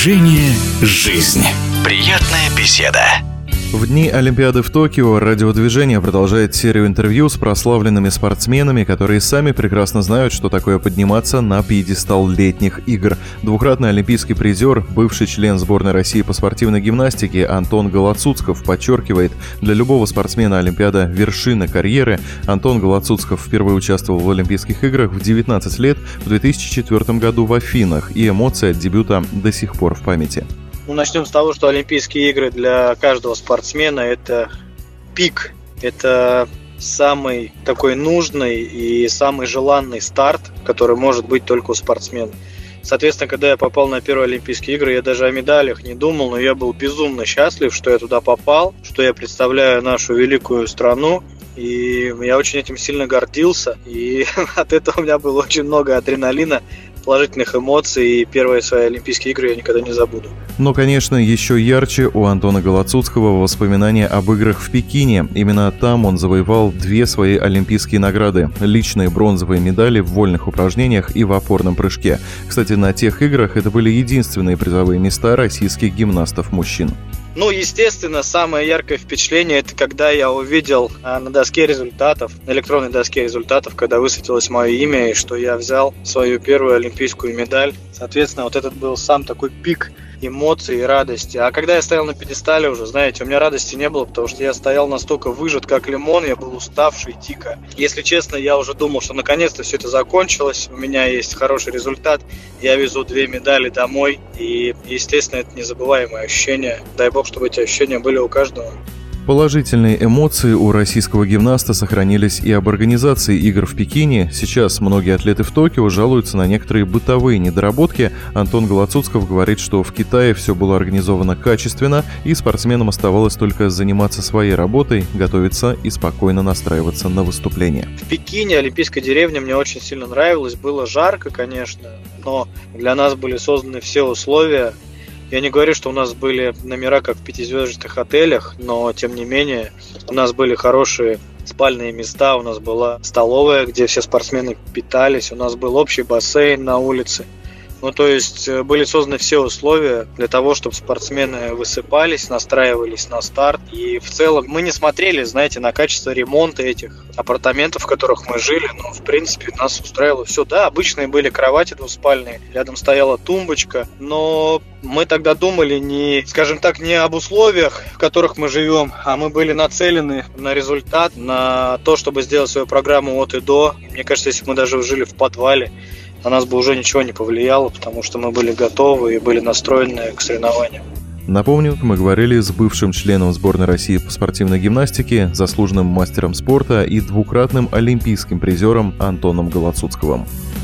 Движение «Жизнь». Приятная беседа. В дни Олимпиады в Токио радиодвижение продолжает серию интервью с прославленными спортсменами, которые сами прекрасно знают, что такое подниматься на пьедестал летних игр. Двукратный олимпийский призер, бывший член сборной России по спортивной гимнастике Антон Голоцуцков подчеркивает, для любого спортсмена Олимпиада – вершина карьеры. Антон Голоцуцков впервые участвовал в Олимпийских играх в 19 лет в 2004 году в Афинах, и эмоции от дебюта до сих пор в памяти. Начнем с того, что Олимпийские игры для каждого спортсмена – это пик, это самый такой нужный и самый желанный старт, который может быть только у спортсмена. Соответственно, когда я попал на первые Олимпийские игры, я даже о медалях не думал, но я был безумно счастлив, что я туда попал, что я представляю нашу великую страну. И я очень этим сильно гордился, и от этого у меня было очень много адреналина, положительных эмоций, и первые свои Олимпийские игры я никогда не забуду. Но, конечно, еще ярче у Антона Голоцуцкого воспоминания об играх в Пекине. Именно там он завоевал 2 свои олимпийские награды – личные бронзовые медали в вольных упражнениях и в опорном прыжке. Кстати, на тех играх это были единственные призовые места российских гимнастов-мужчин. Естественно, самое яркое впечатление – это когда я увидел на доске результатов, на электронной доске результатов, когда высветилось мое имя, и что я взял свою первую олимпийскую медаль. Соответственно, вот этот был сам такой пик эмоций и радости. А когда я стоял на пьедестале уже, знаете, у меня радости не было, потому что я стоял настолько выжат, как лимон, я был уставший дико. Если честно, я уже думал, что наконец-то все это закончилось, у меня есть хороший результат, я везу 2 медали домой, и, естественно, это незабываемое ощущение. Дай бог, чтобы эти ощущения были у каждого. Положительные эмоции у российского гимнаста сохранились и об организации игр в Пекине. Сейчас многие атлеты в Токио жалуются на некоторые бытовые недоработки. Антон Голоцуцков говорит, что в Китае все было организовано качественно, и спортсменам оставалось только заниматься своей работой, готовиться и спокойно настраиваться на выступление. В Пекине олимпийская деревня мне очень сильно нравилась. Было жарко, конечно, но для нас были созданы все условия. Я не говорю, что у нас были номера, как в 5-звездочных отелях, но, тем не менее, у нас были хорошие спальные места, у нас была столовая, где все спортсмены питались, у нас был общий бассейн на улице. То есть были созданы все условия для того, чтобы спортсмены высыпались, настраивались на старт. И в целом мы не смотрели, знаете, на качество ремонта этих апартаментов, в которых мы жили. Но, в принципе, нас устраивало все. Да, обычные были кровати двуспальные, рядом стояла тумбочка. Но мы тогда думали не об условиях, в которых мы живем, а мы были нацелены на результат, на то, чтобы сделать свою программу от и до. Мне кажется, если бы мы даже жили в подвале, на нас бы уже ничего не повлияло, потому что мы были готовы и были настроены к соревнованиям. Напомню, мы говорили с бывшим членом сборной России по спортивной гимнастике, заслуженным мастером спорта и двукратным олимпийским призером Антоном Голоцуцковым.